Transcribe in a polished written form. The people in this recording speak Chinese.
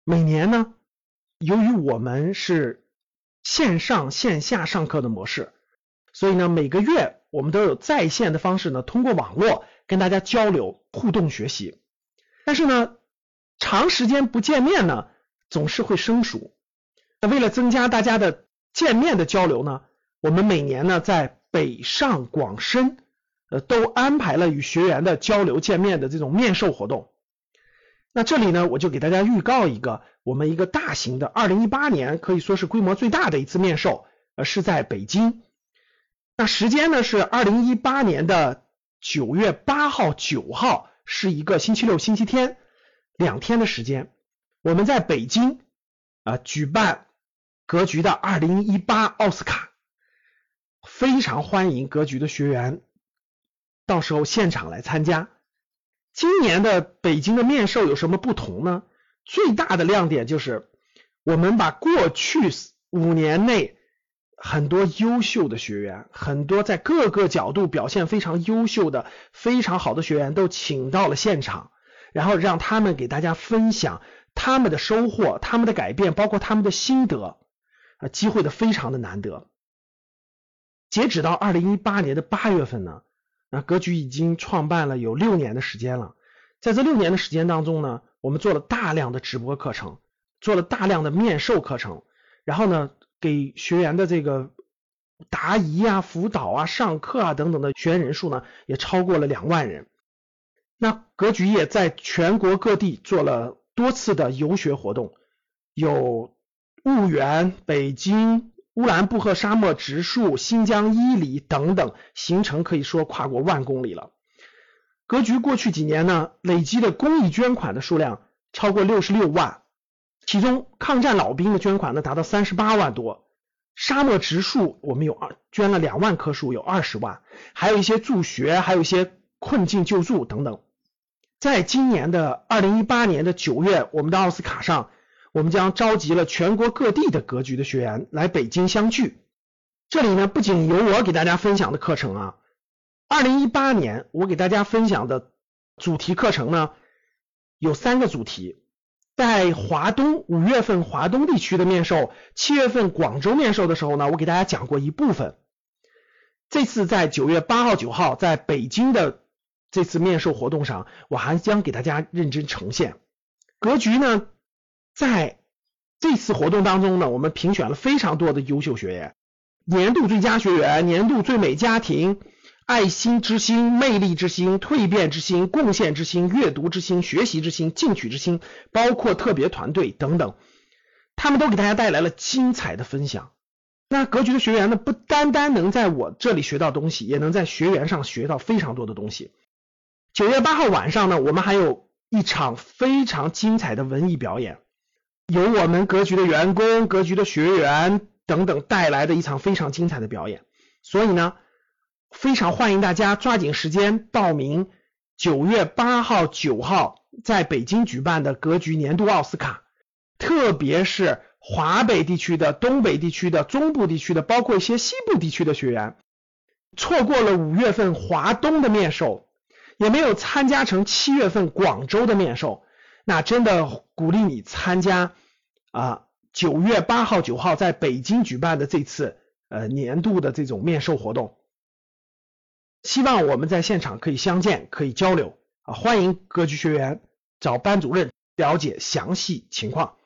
每年呢，由于我们是线上线下上课的模式，所以呢每个月我们都有在线的方式呢，通过网络跟大家交流互动学习。但是呢长时间不见面呢，总是会生疏。那为了增加大家的见面的交流呢，我们每年呢在北上广深都安排了与学员的交流见面的这种面授活动。那这里呢我就给大家预告一个我们一个大型的2018年可以说是规模最大的一次面授，是在北京。那时间呢是2018年的9月8号9号，是一个星期六星期天，2天的时间。我们在北京举办格局的2018奥斯卡，非常欢迎格局的学员到时候现场来参加。今年的北京的面授有什么不同呢？最大的亮点就是我们把过去5年内很多优秀的学员，很多在各个角度表现非常优秀的非常好的学员都请到了现场，然后让他们给大家分享他们的收获，他们的改变，包括他们的心得，机会的非常的难得。截止到2018年的8月份呢，格局已经创办了有6年的时间了。在这6年的时间当中呢，我们做了大量的直播课程，做了大量的面授课程，然后呢给学员的这个答疑啊、辅导啊、上课啊等等的学员人数呢也超过了2万人。那格局也在全国各地做了多次的游学活动，有婺源、北京、乌兰布和沙漠植树、新疆伊犁等等，行程可以说跨过1万公里了。格局过去几年呢，累积的公益捐款的数量超过66万，其中抗战老兵的捐款呢达到38万多，沙漠植树我们捐了2万棵树，有20万，还有一些助学，还有一些困境救助等等。在今年的2018年的9月，我们的奥斯卡上，我们将召集了全国各地的格局的学员来北京相聚。这里呢不仅有我给大家分享的课程2018年我给大家分享的主题课程呢有3个主题。在华东5月份华东地区的面授，7月份广州面授的时候呢，我给大家讲过一部分。这次在9月8号9号在北京的这次面授活动上，我还将给大家认真呈现。格局呢在这次活动当中呢，我们评选了非常多的优秀学员，年度最佳学员、年度最美家庭、爱心之星、魅力之星、蜕变之星、贡献之星、阅读之星、学习之星、进取之星，包括特别团队等等，他们都给大家带来了精彩的分享。那格局的学员呢，不单单能在我这里学到东西，也能在学员上学到非常多的东西。9月8号晚上呢，我们还有一场非常精彩的文艺表演，由我们格局的员工、格局的学员等等带来的一场非常精彩的表演。所以呢非常欢迎大家抓紧时间报名9月8号9号在北京举办的格局年度奥斯卡，特别是华北地区的、东北地区的、中部地区的，包括一些西部地区的学员，错过了5月份华东的面授，也没有参加成7月份广州的面授，那真的鼓励你参加9月8号9号在北京举办的这次年度的这种面授活动。希望我们在现场可以相见，可以交流欢迎格局学员找班主任了解详细情况。